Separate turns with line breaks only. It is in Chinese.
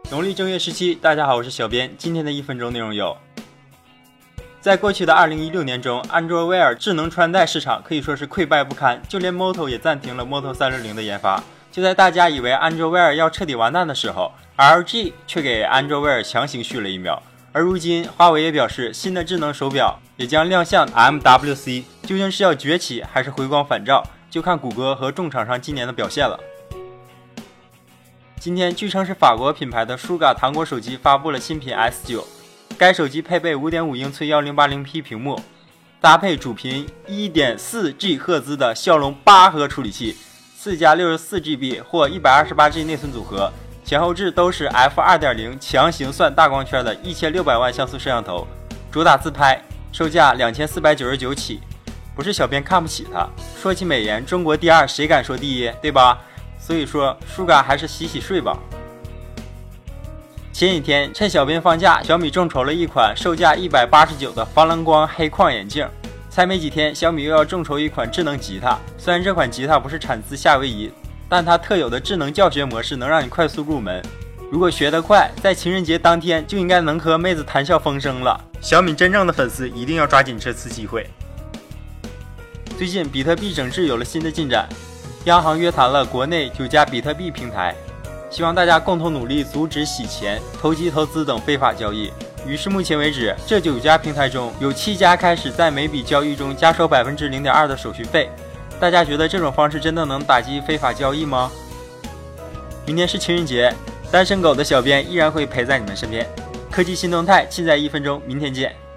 农历正月17，大家好，我是小编。今天的1分钟内容有：在过去的2016年中，安卓 Wear 智能穿戴市场可以说是溃败不堪，就连 Moto 也暂停了 Moto 360的研发。就在大家以为安卓 Wear 要彻底完蛋的时候 ，LG 却给安卓 Wear 强行续了1秒。而如今，华为也表示，新的智能手表也将亮相 MWC， 究竟是要崛起还是回光返照，就看谷歌和众厂商今年的表现了。今天，据称是法国品牌的 Suga 糖果手机发布了新品 S9， 该手机配备 5.5 英寸 1080P 屏幕，搭配主频 1.4G 赫兹的骁龙8核处理器，4+64GB 或 128G 内存组合，前后置都是 F2.0 强行算大光圈的1600万像素摄像头，主打自拍，售价2499起。不是小编看不起它，说起美颜，中国第2，谁敢说第1，对吧？所以说，Suga 还是洗洗睡吧。前几天趁小编放假，小米众筹了一款售价189的防蓝光黑框眼镜。才没几天，小米又要众筹一款智能吉他。虽然这款吉他不是产自夏威夷，但它特有的智能教学模式能让你快速入门。如果学得快，在情人节当天就应该能和妹子谈笑风生了。小米真正的粉丝一定要抓紧这次机会。最近，比特币整治有了新的进展。央行约谈了国内9家比特币平台，希望大家共同努力阻止洗钱、投机投资等非法交易。于是目前为止，这9家平台中有7家开始在每笔交易中加收 0.2% 的手续费。大家觉得这种方式真的能打击非法交易吗？明天是情人节，单身狗的小编依然会陪在你们身边。科技新动态尽在1分钟，明天见。